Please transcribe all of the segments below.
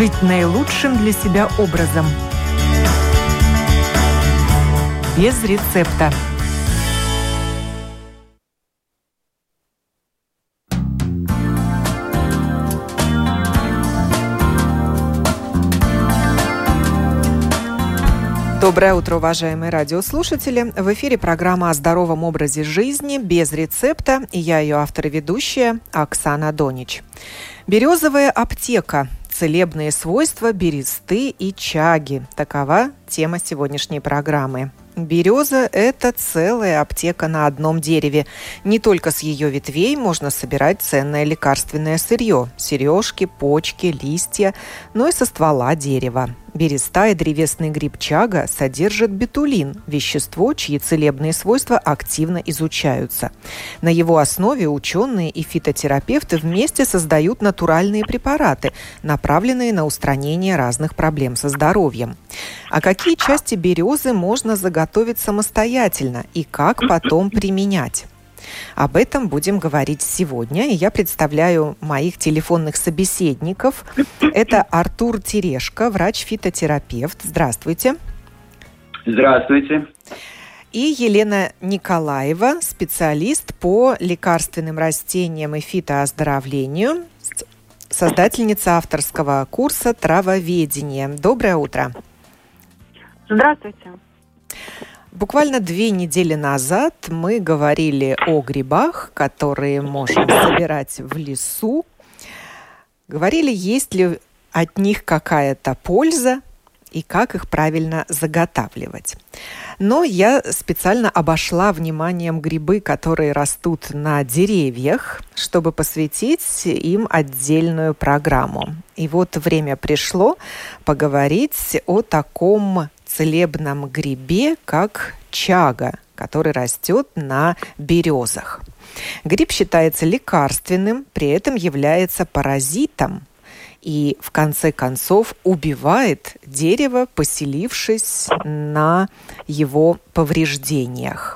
жить наилучшим для себя образом. Без рецепта. Доброе утро, уважаемые радиослушатели. В эфире программа о здоровом образе жизни без рецепта. И я ее автор и ведущая Оксана Донич. Березовая аптека. Целебные свойства бересты и чаги. Такова тема сегодняшней программы. Береза – это целая аптека на одном дереве. Не только с ее ветвей можно собирать ценное лекарственное сырье – сережки, почки, листья, но и со ствола дерева. Береста и древесный гриб чага содержат бетулин – вещество, чьи целебные свойства активно изучаются. На его основе ученые и фитотерапевты вместе создают натуральные препараты, направленные на устранение разных проблем со здоровьем. А какие части березы можно заготовить самостоятельно и как потом применять? Об этом будем говорить сегодня, и я представляю моих телефонных собеседников. Это Артур Терешко, врач-фитотерапевт. Здравствуйте. Здравствуйте. И Елена Николаева, специалист по лекарственным растениям и фитооздоровлению, создательница авторского курса «Травоведение». Доброе утро. Здравствуйте. Буквально 2 недели назад мы говорили о грибах, которые можно собирать в лесу. Говорили, есть ли от них какая-то польза и как их правильно заготавливать. Но я специально обошла вниманием грибы, которые растут на деревьях, чтобы посвятить им отдельную программу. И вот время пришло поговорить о таком целебном грибе, как чага, который растет на березах. Гриб считается лекарственным, при этом является паразитом и, в конце концов, убивает дерево, поселившись на его повреждениях.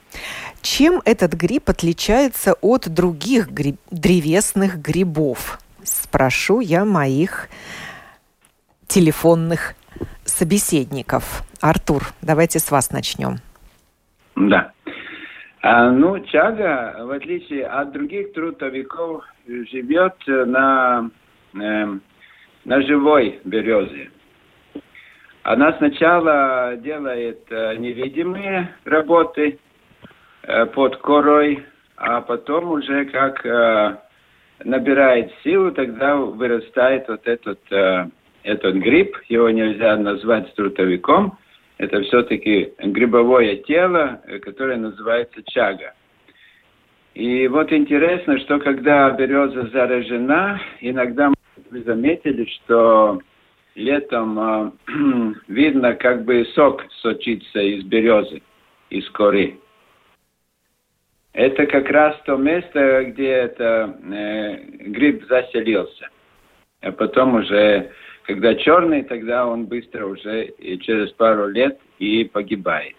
Чем этот гриб отличается от других древесных грибов? Спрошу я моих телефонных собеседников. Артур, давайте с вас начнем. Да. Чага, в отличие от других трутовиков, живет на живой березе. Она сначала делает невидимые работы под корой, а потом уже как набирает силу, тогда вырастает вот этот гриб. Его нельзя назвать трутовиком. Это все-таки грибовое тело, которое называется чага. И вот интересно, что когда береза заражена, иногда вы заметили, что летом видно, как бы сок сочится из березы, из коры. Это как раз то место, где гриб заселился. А потом уже, когда черный, тогда он быстро уже и через пару лет и погибает.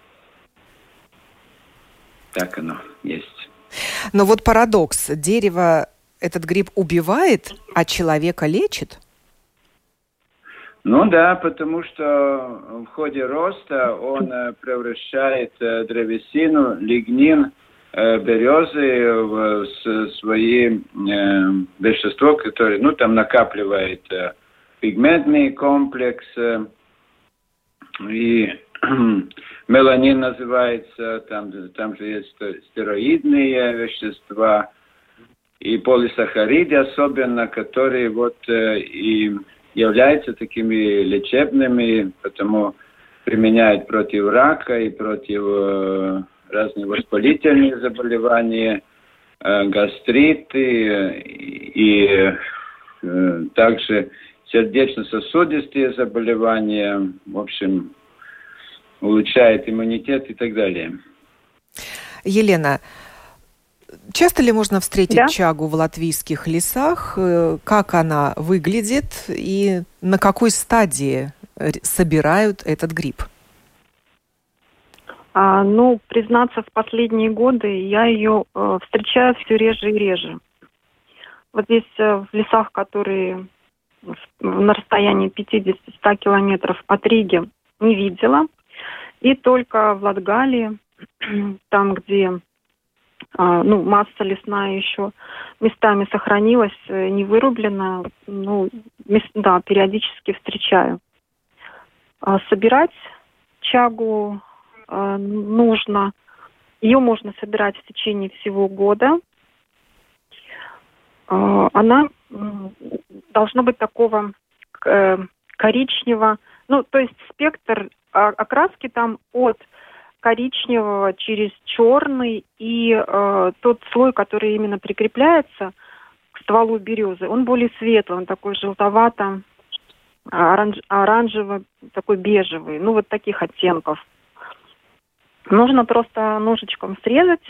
Так оно есть. Но вот парадокс. Дерево этот гриб убивает, а человека лечит? Ну да, потому что в ходе роста он превращает древесину, лигнин березы в свои вещества, которые, там накапливает пигментный комплекс, и меланин называется, там же есть стероидные вещества, и полисахариды особенно, которые и являются такими лечебными, потому применяют против рака и против разных воспалительных заболеваний, гастриты и также сердечно-сосудистые заболевания, в общем, улучшает иммунитет и так далее. Елена, часто ли можно встретить чагу в латвийских лесах? Как она выглядит и на какой стадии собирают этот гриб? Признаться, в последние годы я ее встречаю все реже и реже. Вот здесь в лесах, которые на расстоянии 50-100 километров от Риги не видела. И только в Латгалии, там, где масса лесная еще местами сохранилась, не вырублена, периодически встречаю. Собирать чагу нужно. Ее можно собирать в течение всего года. Она должна быть такого коричневого, то есть спектр окраски там от коричневого через черный, и тот слой, который именно прикрепляется к стволу березы, он более светлый, он такой желтовато, оранжевый, такой бежевый, вот таких оттенков. Нужно просто ножичком срезать,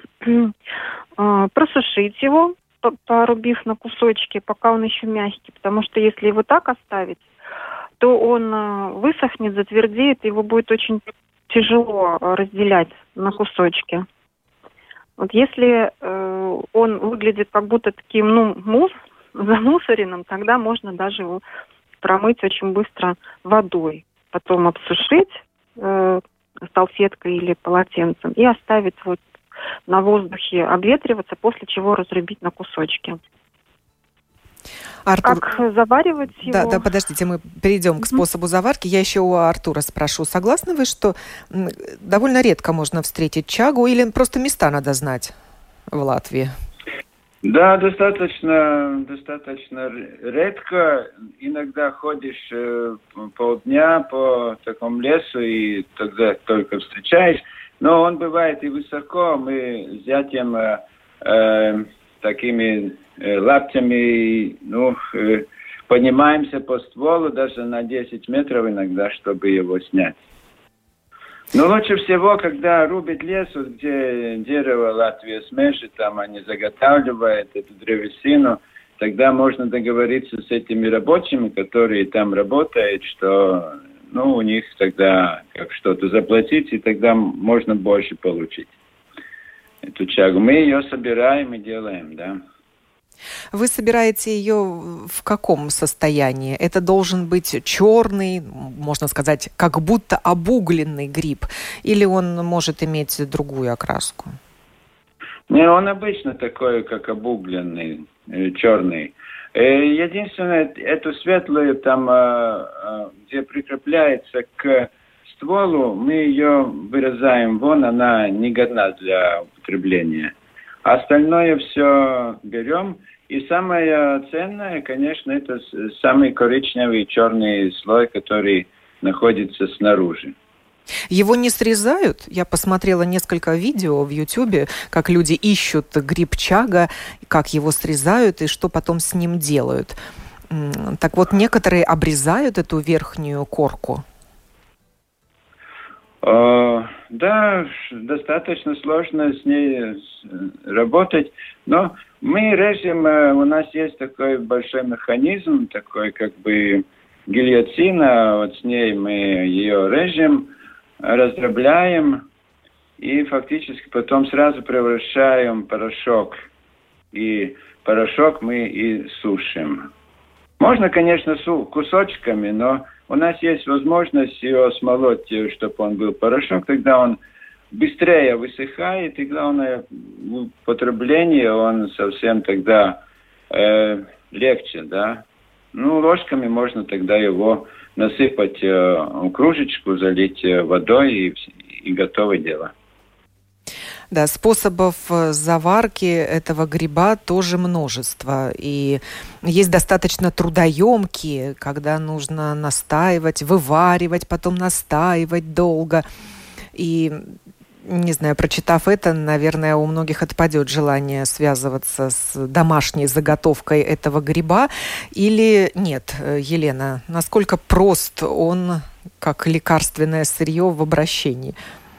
просушить его, порубив на кусочки, пока он еще мягкий, потому что если его так оставить, то он высохнет, затвердеет, и его будет очень тяжело разделять на кусочки. Вот если он выглядит как будто таким, замусоренным, тогда можно даже его промыть очень быстро водой, потом обсушить салфеткой или полотенцем и оставить на воздухе обветриваться, после чего разрубить на кусочки. Артур, как заваривать его? Да, подождите, мы перейдем к способу заварки. Я еще у Артура спрошу, согласны вы, что довольно редко можно встретить чагу, или просто места надо знать в Латвии? Да, достаточно редко. Иногда ходишь полдня по такому лесу и тогда только встречаешь. Но он бывает и высоко. Мы с зятем такими лаптями поднимаемся по стволу даже на 10 метров иногда, чтобы его снять. Но лучше всего, когда рубят лес, где дерево Латвия смешит, там они заготавливают эту древесину, тогда можно договориться с этими рабочими, которые там работают, что у них тогда как что-то заплатить, и тогда можно больше получить эту чагу. Мы ее собираем и делаем, да. Вы собираете ее в каком состоянии? Это должен быть черный, можно сказать, как будто обугленный гриб, или он может иметь другую окраску? Не, он обычно такой, как обугленный, черный. Единственное, эту светлую, там, где прикрепляется к стволу, мы ее вырезаем вон, она не годна для употребления. Остальное все берем. И самое ценное, конечно, это самый коричневый черный слой, который находится снаружи. Его не срезают? Я посмотрела несколько видео в Ютубе, как люди ищут гриб чага, как его срезают и что потом с ним делают. Так вот, некоторые обрезают эту верхнюю корку. Да, достаточно сложно с ней работать, но мы режем, у нас есть такой большой механизм, такой как бы гильотина, вот с ней мы ее режем, раздробляем и фактически потом сразу превращаем в порошок. И порошок мы и сушим. Можно, конечно, кусочками, но у нас есть возможность его смолоть, чтобы он был порошок, тогда он быстрее высыхает, и главное, в употреблении он совсем тогда легче, да. Ложками можно тогда его насыпать в кружечку, залить водой, и готово дело. Да, способов заварки этого гриба тоже множество. И есть достаточно трудоемкие, когда нужно настаивать, вываривать, потом настаивать долго. И, не знаю, прочитав это, наверное, у многих отпадет желание связываться с домашней заготовкой этого гриба. Или нет, Елена, насколько прост он как лекарственное сырье в обращении?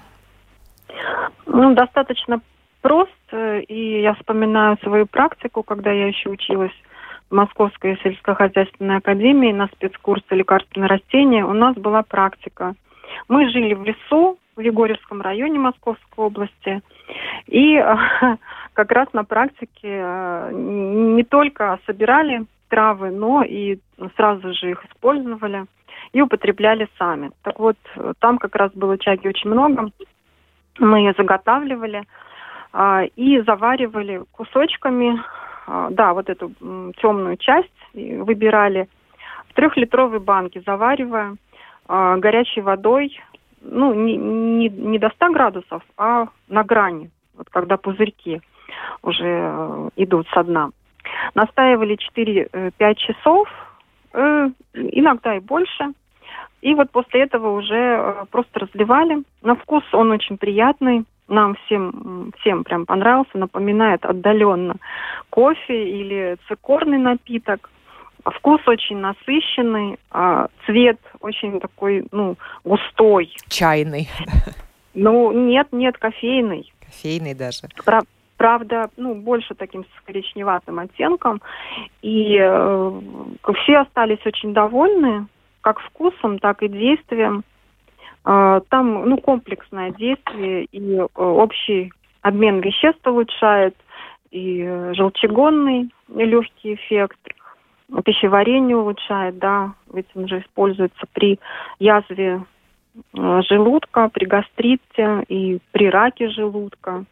Достаточно прост, и я вспоминаю свою практику, когда я еще училась в Московской сельскохозяйственной академии на спецкурсе лекарственные растения. У нас была практика. Мы жили в лесу в Егорьевском районе Московской области, и как раз на практике не только собирали травы, но и сразу же их использовали и употребляли сами. Так вот, там как раз было чаги очень много. Мы ее заготавливали и заваривали кусочками. Да, вот эту темную часть выбирали в 3-литровой банке, заваривая горячей водой, ну, не до 100 градусов, а на грани, вот когда пузырьки уже идут со дна. Настаивали 4-5 часов, иногда и больше. И вот после этого уже просто разливали. На вкус он очень приятный. Нам всем прям понравился. Напоминает отдаленно кофе или цикорный напиток. Вкус очень насыщенный, цвет очень такой, густой. Чайный. Ну, нет, кофейный. Кофейный даже. Правда, больше таким с коричневатым оттенком. И все остались очень довольны, как вкусом, так и действием. Там, комплексное действие, и общий обмен веществ улучшает, и желчегонный легкий эффект. Пищеварение улучшает, да, ведь он же используется при язве желудка, при гастрите и при раке желудка.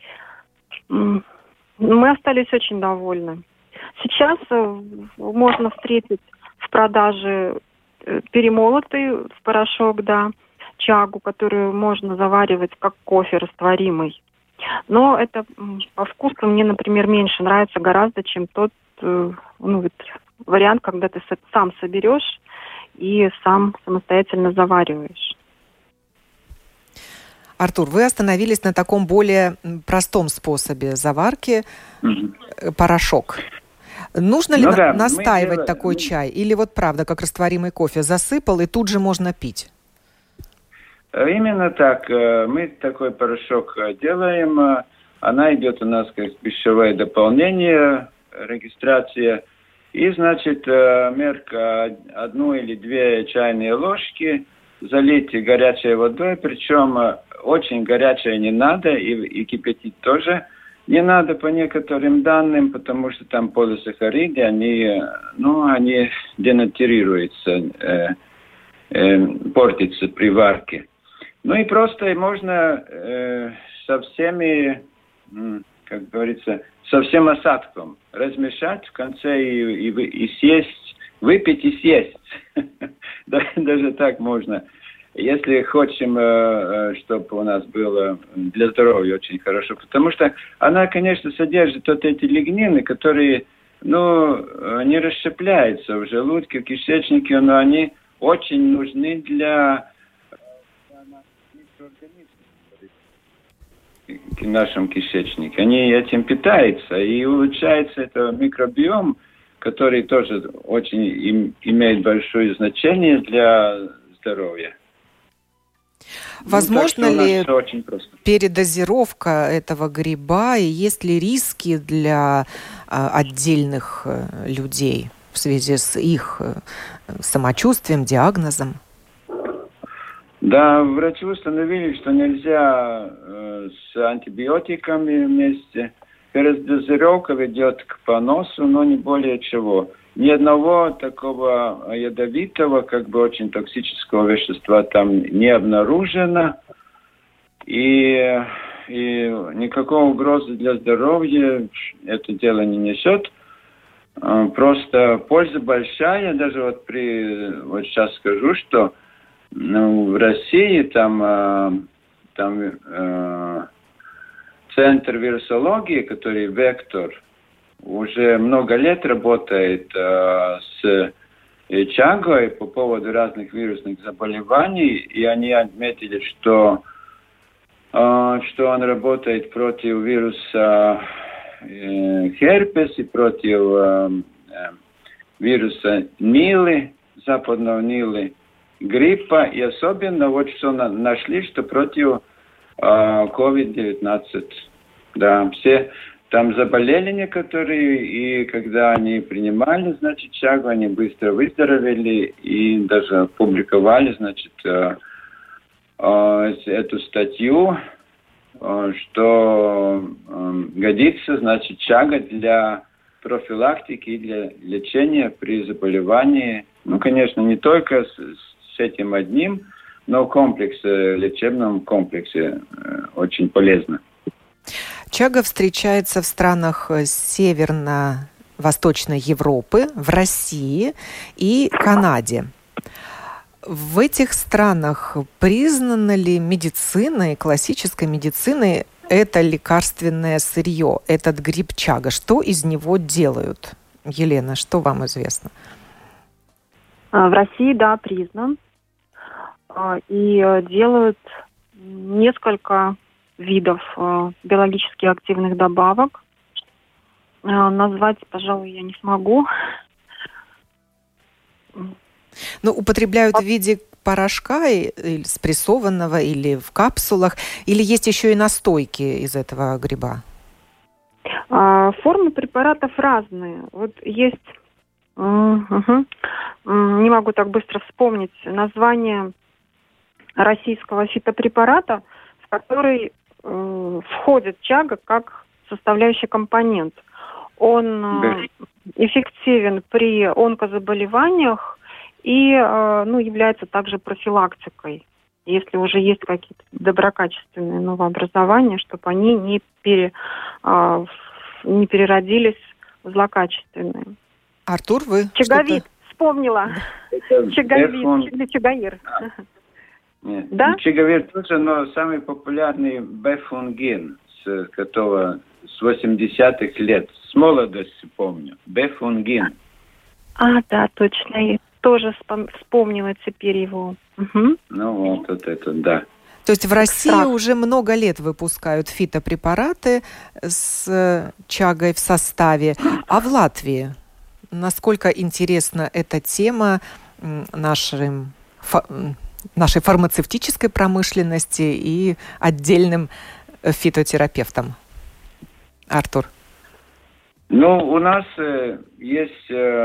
Мы остались очень довольны. Сейчас можно встретить в продаже перемолотый в порошок, да, чагу, которую можно заваривать как кофе растворимый. Но это по вкусу мне, например, меньше нравится гораздо, чем тот вариант, когда ты сам соберешь и сам самостоятельно завариваешь. Артур, вы остановились на таком более простом способе заварки, порошок. Нужно ли настаивать такой чай? Или вот правда, как растворимый кофе, засыпал и тут же можно пить? Именно так. Мы такой порошок делаем. Она идет у нас как пищевое дополнение, регистрация. И, значит, мерка 1 или 2 чайные ложки залить горячей водой. Причем очень горячей не надо и кипятить тоже не надо по некоторым данным, потому что там полисахариды, они денатурируются, портятся при варке. Ну и просто можно со всеми, как говорится, со всем осадком размешать в конце и съесть, выпить и съесть. Даже так можно. Если хотим, чтобы у нас было для здоровья очень хорошо. Потому что она, конечно, содержит вот эти лигнины, которые, не расщепляются в желудке, в кишечнике, но они очень нужны для в нашем кишечнике. Они этим питаются, и улучшается этот микробиом, который тоже очень имеет большое значение для здоровья. Возможно ли передозировка этого гриба, и есть ли риски для отдельных людей в связи с их самочувствием, диагнозом? Да, врачи установили, что нельзя с антибиотиками вместе. Передозировка ведет к поносу, но не более чего. Ни одного такого ядовитого, очень токсического вещества там не обнаружено. И никакой угрозы для здоровья это дело не несет. Просто польза большая. Даже сейчас скажу, что в России там центр вирусологии, который «Вектор», уже много лет работает с чагой по поводу разных вирусных заболеваний, и они отметили, что он работает против вируса херпес и против вируса Нилы, западного Нилы, гриппа, и особенно что нашли, что против COVID-19. Да, все там заболели некоторые, и когда они принимали, чагу, они быстро выздоровели и даже опубликовали, эту статью, что годится, чага для профилактики и для лечения при заболевании. Ну, конечно, не только с этим одним, но комплекс, лечебном комплексе очень полезно. Чага встречается в странах Северно-Восточной Европы, в России и Канаде. В этих странах признана ли медициной, классической медициной, это лекарственное сырье, этот гриб чага? Что из него делают? Елена, что вам известно? В России, да, признан. И делают несколько видов биологически активных добавок. Назвать, пожалуй, я не смогу. Ну, употребляют в виде порошка или спрессованного, или в капсулах, или есть еще и настойки из этого гриба? Формы препаратов разные. Вот есть, не могу так быстро вспомнить, название российского фитопрепарата, в который входит чага как составляющий компонент. Он эффективен при онкозаболеваниях и является также профилактикой, если уже есть какие-то доброкачественные новообразования, чтобы они не переродились в злокачественные. Артур, вы Чаговид, вспомнила. Чаговид, чагаир. Нет, да? Чаговир тоже, но самый популярный бефунгин, с которого с 80-х лет, с молодости помню. Бефунгин. Да, точно. Я тоже вспомнила теперь его. Угу. Ну, вот это, да. То есть в России уже много лет выпускают фитопрепараты с чагой в составе. А в Латвии? Насколько интересна эта тема нашей фармацевтической промышленности и отдельным фитотерапевтам? Артур. Ну, у нас есть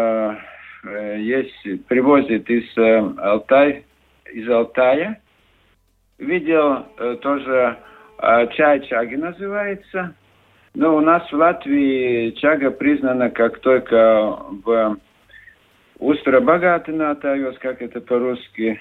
привозят из Алтая. Видел тоже чай чаги называется. Но у нас в Латвии чага признана как только в устробогатинатājos, как это по-русски.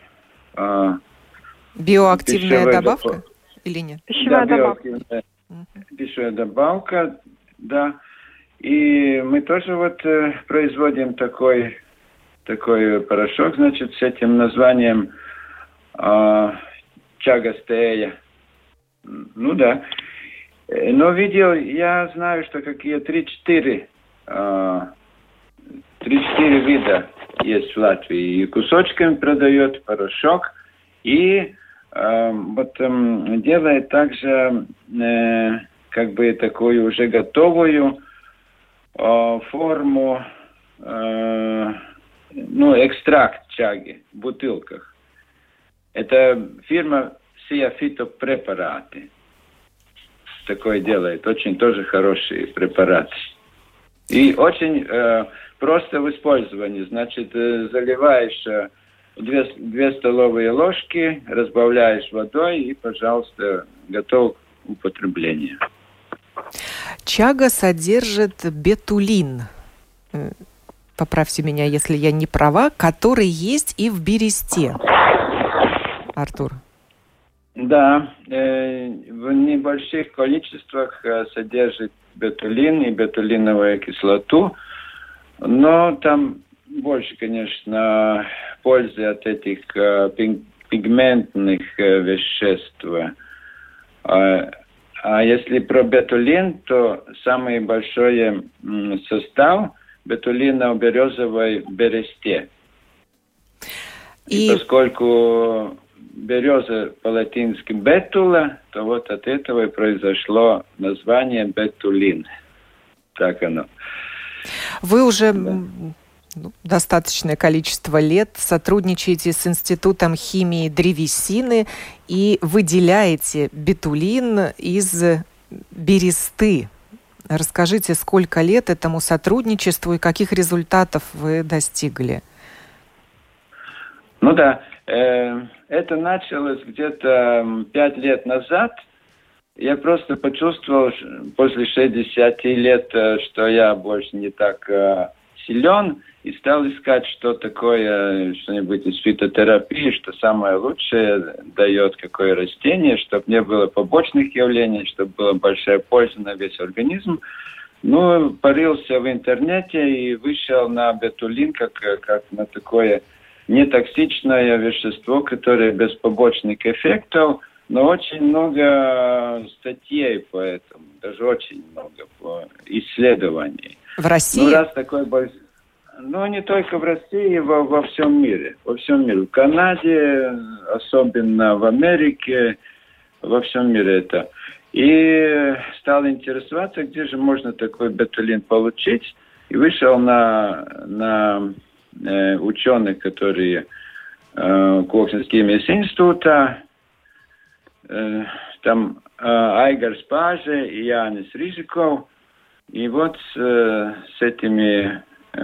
Биоактивная добавка или нет? Пищевая добавка. Пищевая добавка, да. И мы тоже вот производим такой порошок, значит, с этим названием чагастея. Ну да. Но видел, я знаю, что какие 3-4 вида есть в Латвии. И кусочками продает порошок, и делает также как бы такую уже готовую форму, экстракт чаги в бутылках. Это фирма Сия Фитопрепараты. Такое делает. Очень тоже хорошие препараты. И очень просто в использовании. Значит, заливаешь 2 столовые ложки, разбавляешь водой и, пожалуйста, готов к употреблению. Чага содержит бетулин. Поправьте меня, если я не права, который есть и в бересте. Артур. Да, в небольших количествах содержит бетулин и бетулиновую кислоту, но там больше, конечно, пользы от этих пигментных веществ. А если про бетулин, то самый большой состав бетулина в березовой бересте. И поскольку береза по-латински бетула, то вот от этого и произошло название бетулин. Так оно. Вы уже достаточное количество лет сотрудничаете с Институтом химии древесины и выделяете бетулин из бересты. Расскажите, сколько лет этому сотрудничеству и каких результатов вы достигли? Ну да, это началось где-то 5 лет назад. я просто почувствовал после 60 лет, что я больше не так силен, и стал искать, что такое, что-нибудь из фитотерапии, что самое лучшее дает какое растение, чтобы не было побочных явлений, чтобы была большая польза на весь организм. Ну, порылся в интернете и вышел на бетулин как на такое нетоксичное вещество, которое без побочных эффектов, но очень много статей по этому, даже очень много исследований. В России? Ну, раз такой большой... Ну, не только в России, во всем мире. Во всем мире. В Канаде, особенно в Америке, во всем мире это. И стал интересоваться, где же можно такой бетулин получить. И вышел на ученых, которые Коksnes института, там Айгар Спаже и Янис Рижиков. И вот с этими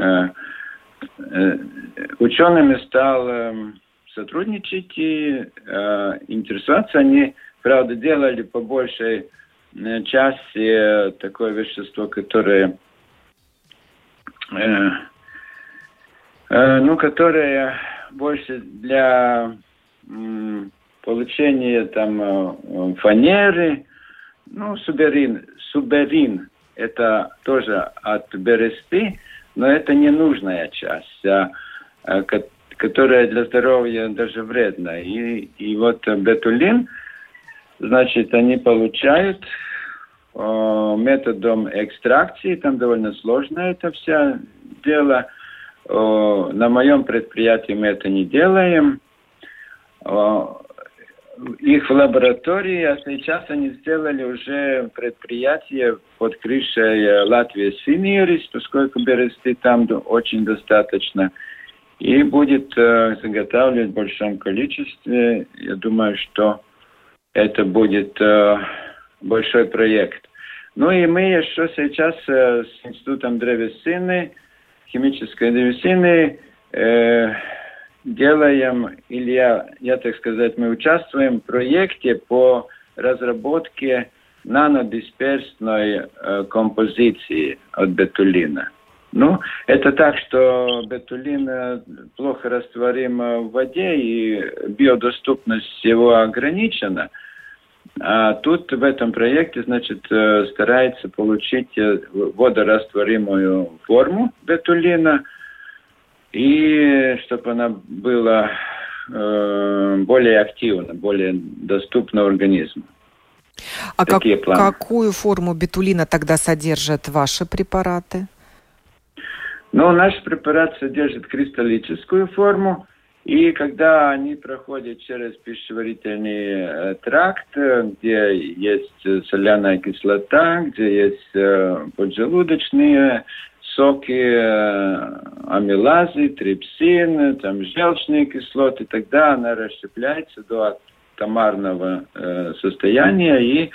учеными стал сотрудничать и интересоваться. Они, правда, делали по большей части такое вещество, которое больше для получения там фанеры. Ну, суберин это тоже от бересты, но это не нужная часть, которая для здоровья даже вредна. И вот бетулин, значит, они получают методом экстракции, там довольно сложно это все дело. На моем предприятии мы это не делаем. Их в лаборатории, а сейчас они сделали уже предприятие под крышей Латвии Синьорис, поскольку бересты там очень достаточно. И будет заготавливать в большом количестве. Я думаю, что это будет большой проект. Ну и мы еще сейчас с Институтом древесины, химической древесины, делаем, или я так сказать, мы участвуем в проекте по разработке нанодисперсной композиции от бетулина. Ну, это так, что бетулин плохо растворим в воде, и биодоступность его ограничена. А тут в этом проекте, значит, старается получить водорастворимую форму бетулина, и чтобы она была более активна, более доступна организму. А какую форму бетулина тогда содержат ваши препараты? Ну, наш препарат содержит кристаллическую форму, и когда они проходят через пищеварительный тракт, где есть соляная кислота, где есть поджелудочные соки, амилазы, трипсин, там желчные кислоты, тогда она расщепляется до атомарного состояния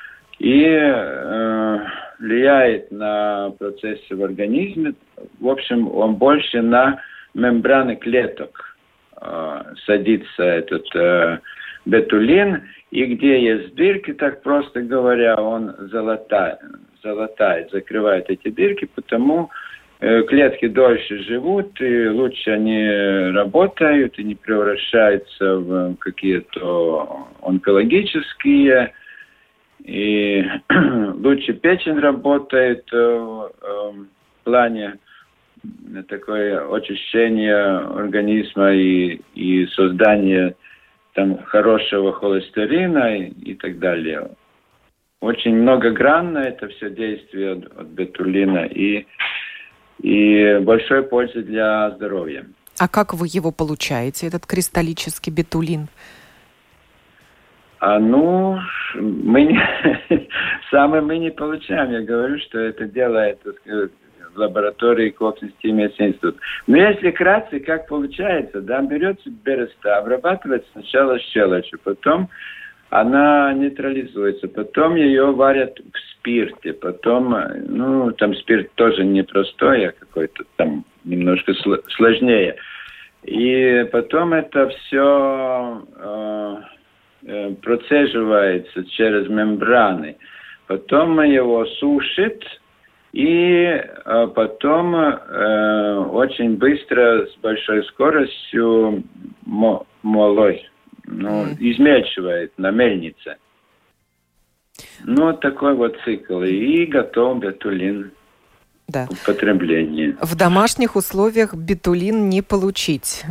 и влияет на процессы в организме. В общем, он больше на мембраны клеток садится этот бетулин, и где есть дырки, так просто говоря, он залатает, закрывает эти дырки, потому клетки дольше живут, и лучше они работают, и не превращаются в какие-то онкологические, и лучше печень работает в плане такое очищения организма и создания там хорошего холестерина и так далее. Очень многогранно это все действие от бетулина и большой пользы для здоровья. А как вы его получаете, этот кристаллический бетулин? Мы не получаем. Я говорю, что это делает в лаборатории Коksnes институт. Но если кратко, как получается, да, берется береста, обрабатывается сначала щелочью, потом она нейтрализуется, потом ее варят в спирте, потом, там спирт тоже непростой, а какой-то там немножко сложнее. И потом это все процеживается через мембраны. Потом его сушит, и потом очень быстро, с большой скоростью измельчивает на мельнице. Такой вот цикл. И готов бетулин к употреблению. В домашних условиях бетулин не получить.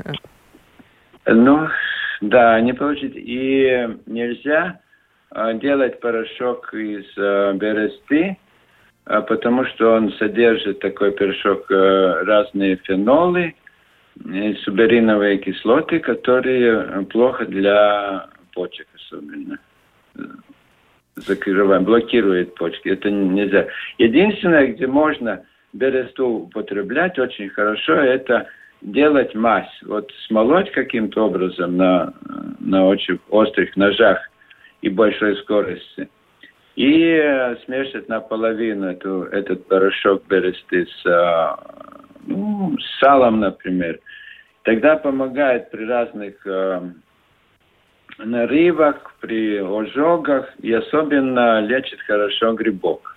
Не получить. И нельзя делать порошок из бересты, потому что он содержит, такой порошок, разные фенолы, субериновые кислоты, которые плохо для почек особенно. Блокирует почки. Это нельзя. Единственное, где можно бересту употреблять очень хорошо, это делать мазь. Смолоть каким-то образом на очень острых ножах и большой скорости. И смешивать наполовину этот порошок бересты с салом, например. Тогда помогает при разных нарывах, при ожогах, и особенно лечит хорошо грибок.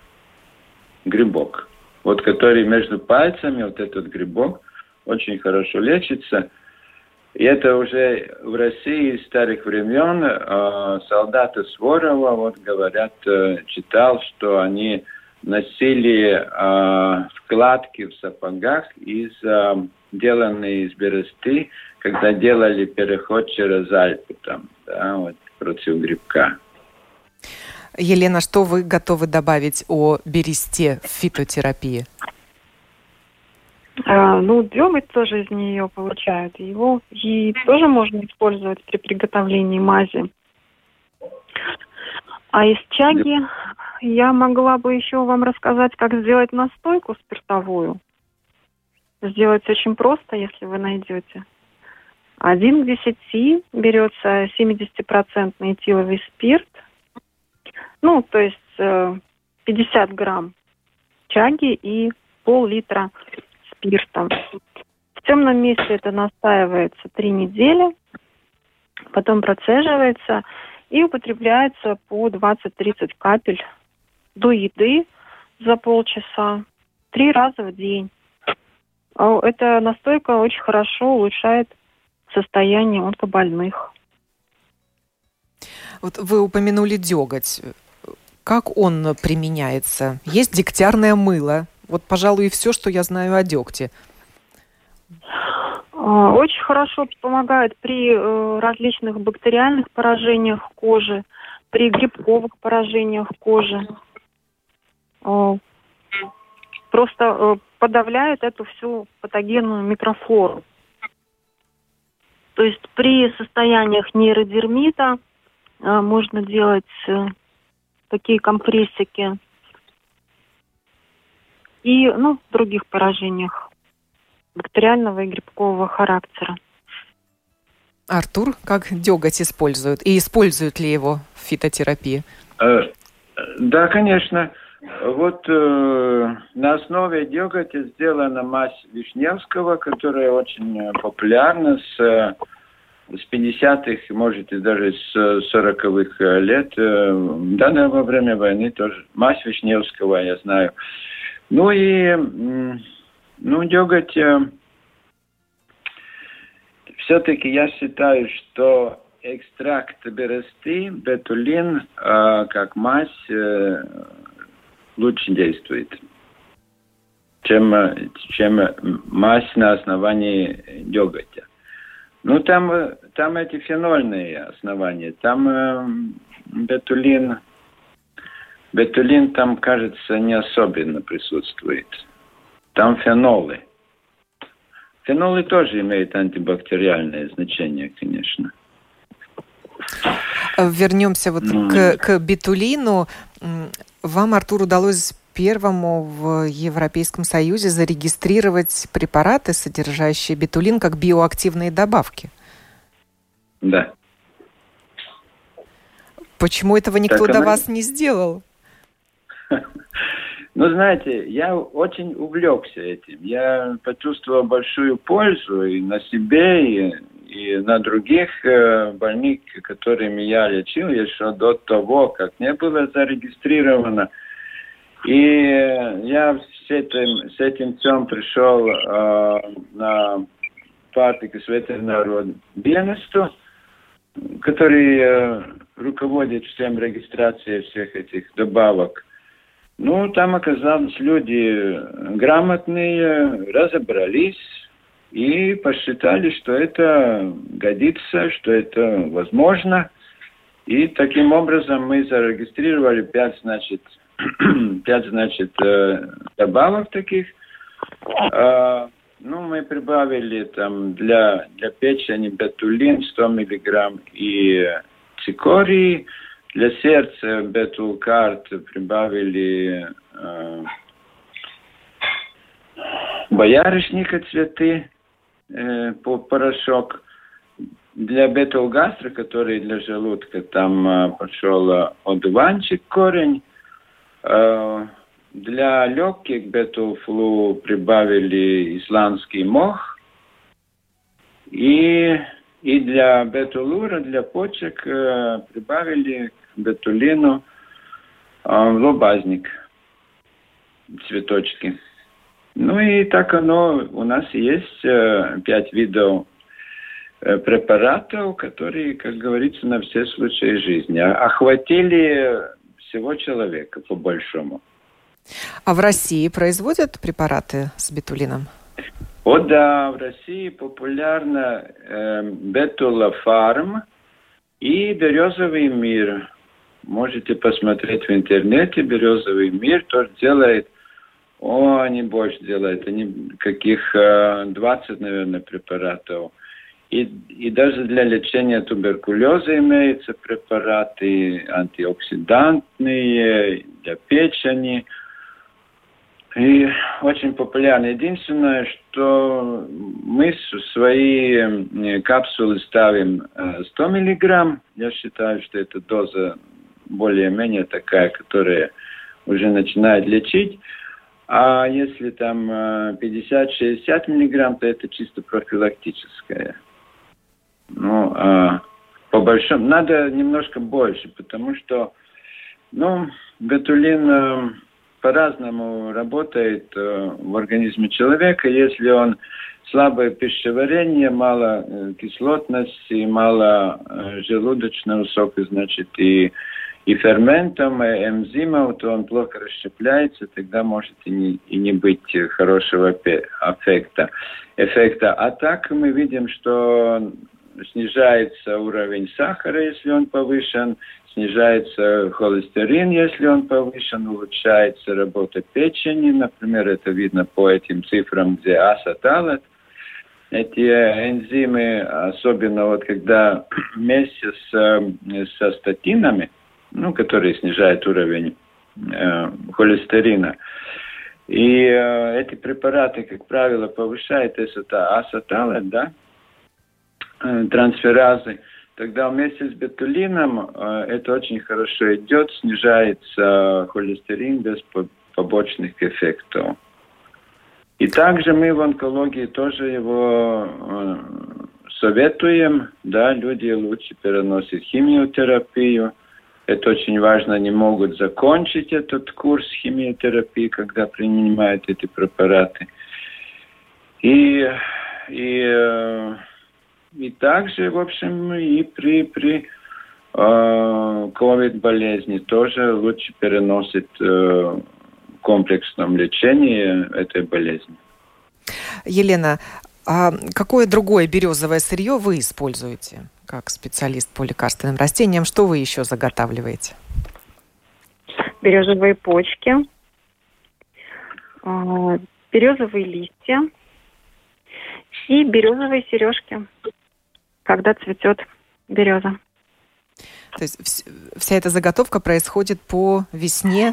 Который между пальцами, этот грибок, очень хорошо лечится. И это уже в России с старых времен солдаты Суворова, говорят, читал, что они носили вкладки в сапогах, сделанные из бересты, когда делали переход через Альпы, против грибка. Елена, что вы готовы добавить о бересте в фитотерапии? Деготь тоже из нее получают. Его и тоже можно использовать при приготовлении мази. А из чаги я могла бы еще вам рассказать, как сделать настойку спиртовую. Сделать очень просто, если вы найдете. 1 к 10 берется 70% этиловый спирт. То есть 50 грамм чаги и пол-литра спирта. В темном месте это настаивается 3 недели, потом процеживается и употребляется по 20-30 капель до еды за полчаса 3 раза в день. Эта настойка очень хорошо улучшает состояние онкобольных. Вы упомянули деготь. Как он применяется? Есть дегтярное мыло. Пожалуй, и все, что я знаю о дегте. Очень хорошо помогает при различных бактериальных поражениях кожи, при грибковых поражениях кожи. Просто подавляет эту всю патогенную микрофлору. То есть при состояниях нейродермита можно делать такие компрессики. И в других поражениях бактериального и грибкового характера. Артур, как деготь используют? И используют ли его в фитотерапии? Да, конечно. На основе деготя сделана мазь Вишневского, которая очень популярна с 50-х, может, и даже с 40-х лет. Да, во время войны тоже. Мазь Вишневского, я знаю. Деготь, все-таки я считаю, что экстракт бересты, бетулин, как мазь, лучше действует, чем мазь на основании деготя. Там эти фенольные основания, там бетулин там, кажется, не особенно присутствует. Там фенолы. Фенолы тоже имеют антибактериальное значение, конечно. Вернемся к бетулину. Вам, Артур, удалось первому в Европейском Союзе зарегистрировать препараты, содержащие бетулин, как биоактивные добавки. Да. Почему этого никто до вас не сделал? Знаете, я очень увлекся этим. Я почувствовал большую пользу и на себе, и и на других больных, которыми я лечил еще до того, как не было зарегистрировано. И я с этим всем пришел на Pārtikas ветеринарного dienestu, который руководит всем регистрацией всех этих добавок. Ну, там оказались люди грамотные, разобрались и посчитали, что это годится, что это возможно. И таким образом мы зарегистрировали 5 добавок таких. Ну, мы прибавили там для печени бетулин 100 миллиграмм и цикорий. Для сердца бетулкарт прибавили боярышника цветы, порошок. Для бетулгастра, который для желудка, там пошел одуванчик корень. Для легких бетулфлу прибавили исландский мох. И для бетулура, для почек прибавили к бетулину лобазник, цветочки. Ну и так оно у нас есть 5 видов препаратов, которые, как говорится, на все случаи жизни охватили всего человека по-большому. А в России производят препараты с бетулином? О да, в России популярна Бетулафарм и Березовый мир. Можете посмотреть в интернете. Березовый мир тоже делает, они больше делают, они каких 20, наверное, препаратов. И даже для лечения туберкулеза имеются препараты антиоксидантные, для печени. И очень популярно. Единственное, что мы свои капсулы ставим 100 миллиграмм. Я считаю, что эта доза более-менее такая, которая уже начинает лечить. А если там 50-60 миллиграмм, то это чисто профилактическое. Ну, по большому надо немножко больше, потому что, бетулин по-разному работает в организме человека. Если он слабое пищеварение, мало кислотности, мало желудочного сока, значит, и ферментом, и энзимов, то он плохо расщепляется, тогда может и не быть хорошего эффекта. А так мы видим, что снижается уровень сахара, если он повышен, снижается холестерин, если он повышен, улучшается работа печени. Например, это видно по этим цифрам, где асаталат. Эти энзимы, особенно вот когда вместе со статинами, которые снижают уровень холестерина, и эти препараты, как правило, повышают асаталат, да, трансферазы, тогда вместе с бетулином это очень хорошо идет, снижается холестерин без побочных эффектов. И также мы в онкологии тоже его советуем, да, люди лучше переносят химиотерапию. Это очень важно, они могут закончить этот курс химиотерапии, когда принимают эти препараты. И также, в общем, и при ковид-болезни тоже лучше переносит в комплексном лечении этой болезни. Елена, а какое другое березовое сырье вы используете как специалист по лекарственным растениям? Что вы еще заготавливаете? Березовые почки, березовые листья и березовые сережки, когда цветет береза. То есть вся эта заготовка происходит по весне?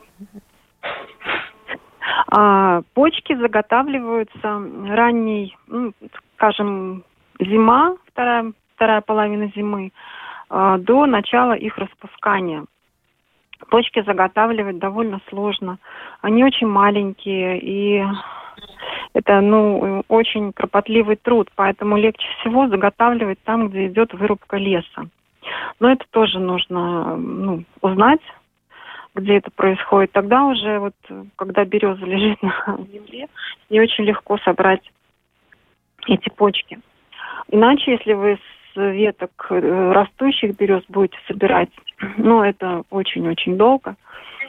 Почки заготавливаются ранней, скажем, зима, вторая половина зимы, до начала их распускания. Почки заготавливать довольно сложно. Они очень маленькие, и это, очень кропотливый труд, поэтому легче всего заготавливать там, где идет вырубка леса. Но это тоже нужно узнать, где это происходит. Тогда уже, вот, когда береза лежит на земле, не очень легко собрать эти почки. Иначе, если вы с веток растущих берез будете собирать, это очень-очень долго.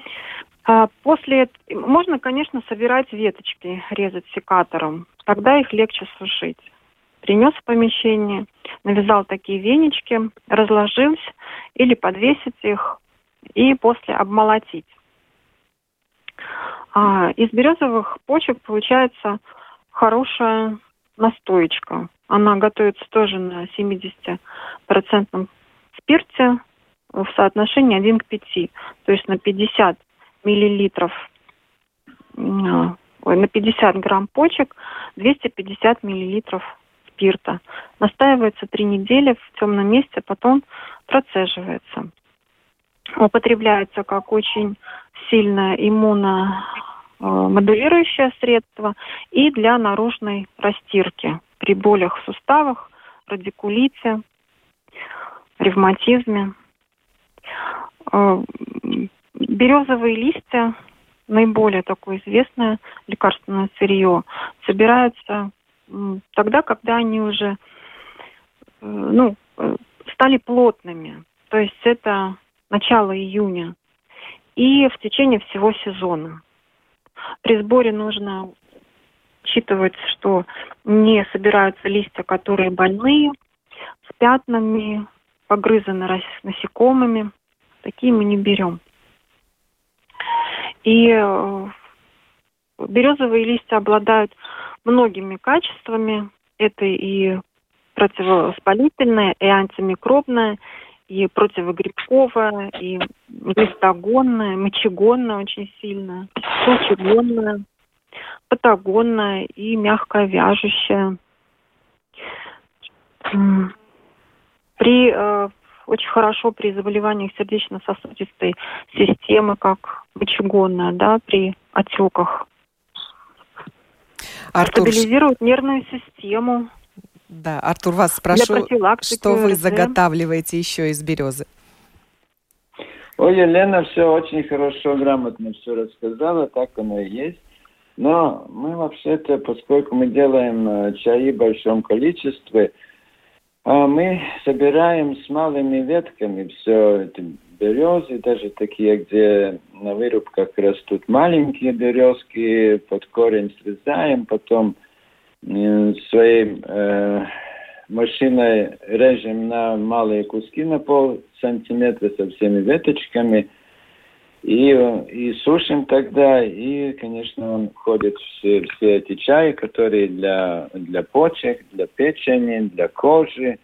Можно, конечно, собирать веточки, резать секатором. Тогда их легче сушить. Принес в помещение, навязал такие венички, разложить или подвесить их и после обмолотить. Из березовых почек получается хорошая настоечка. Она готовится тоже на 70% спирте в соотношении 1 к 5. То есть на 50 миллилитров, на 50 грамм почек 250 миллилитров спирта. Настаивается 3 недели в темном месте, потом процеживается. Употребляется как очень сильное иммуномодулирующее средство и для наружной растирки при болях в суставах, радикулите, ревматизме. Березовые листья, наиболее такое известное лекарственное сырье, собираются тогда, когда они уже стали плотными. То есть это начало июня. И в течение всего сезона. При сборе нужно учитывать, что не собираются листья, которые больные, с пятнами, погрызаны насекомыми. Такие мы не берем. И березовые листья обладают многими качествами. Это и противовоспалительное, и антимикробное, и противогрибковое, и гистогонное, мочегонное очень сильное, толчегонное, патагонное и мягкое вяжущее. Очень хорошо при заболеваниях сердечно-сосудистой системы, как мочегонная, при отеках. Стабилизирует нервную систему. Да, Артур, вас спрошу, что вы заготавливаете еще из березы? Ой, Елена все очень хорошо, грамотно все рассказала, так оно и есть. Но мы вообще-то, поскольку мы делаем чаи в большом количестве, мы собираем с малыми ветками все это березы, даже такие, где на вырубках растут маленькие березки, под корень срезаем, потом своей машиной режем на малые куски на полсантиметра со всеми веточками и сушим тогда. И, конечно, входят все эти чаи, которые для почек, для печени, для кожи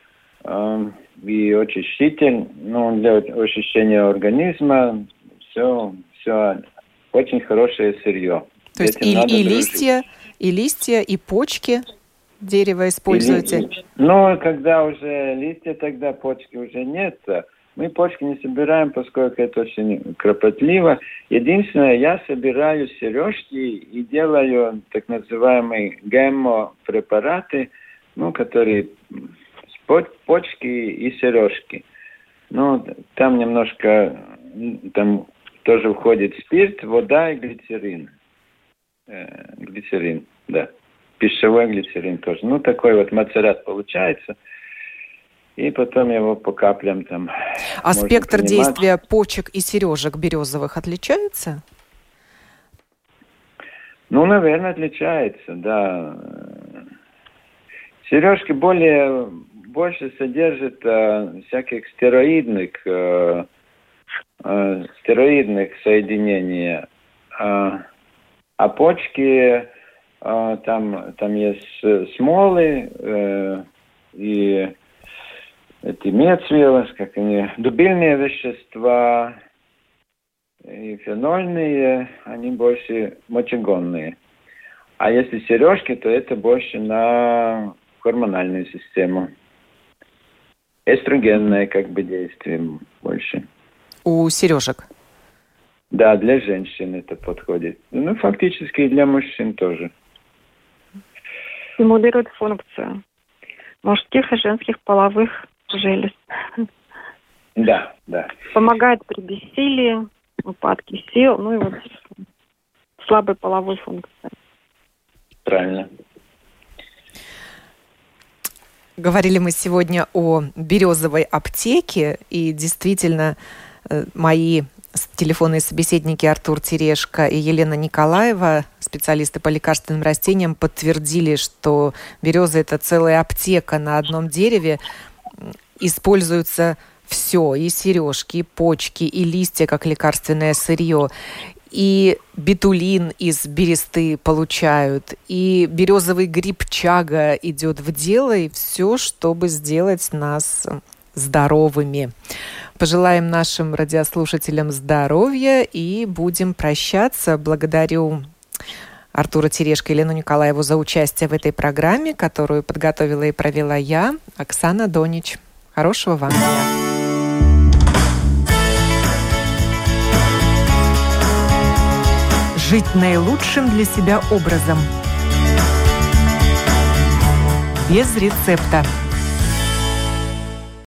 и очищитель, для очищения организма. Все очень хорошее сырье. То есть и листья, и почки дерева используете? Когда уже листья, тогда почки уже нет. Мы почки не собираем, поскольку это очень кропотливо. Единственное, я собираю сережки и делаю так называемые гемо-препараты, которые почки и сережки. Там немножко, там тоже входит спирт, вода и глицерин. Глицерин, да. Пищевой глицерин тоже. Такой вот мацерат получается. И потом его по каплям там. А спектр действия почек и сережек березовых отличается? Наверное, отличается, да. Сережки больше содержат всяких стероидных соединений. А почки, там есть смолы и эти мецвилы, дубильные вещества и фенольные, они больше мочегонные. А если сережки, то это больше на гормональную систему. Эстрогенное действие больше. У сережек? Да, для женщин это подходит. Фактически и для мужчин тоже. стимулирует функцию мужских и женских половых желез. Да, да. Помогает при бессилии, упадке сил, ну и вот слабой половой функции. Правильно. Говорили мы сегодня о березовой аптеке, и действительно мои телефонные собеседники Артур Терешко и Елена Николаева, специалисты по лекарственным растениям, подтвердили, что береза – это целая аптека на одном дереве. Используется все, и сережки, и почки, и листья, как лекарственное сырье. И бетулин из бересты получают, и березовый гриб чага идет в дело, и все, чтобы сделать нас здоровыми. Пожелаем нашим радиослушателям здоровья и будем прощаться. Благодарю Артура Терешко и Елену Николаеву за участие в этой программе, которую подготовила и провела я, Оксана Донич. Хорошего вам дня. Жить наилучшим для себя образом. Без рецепта.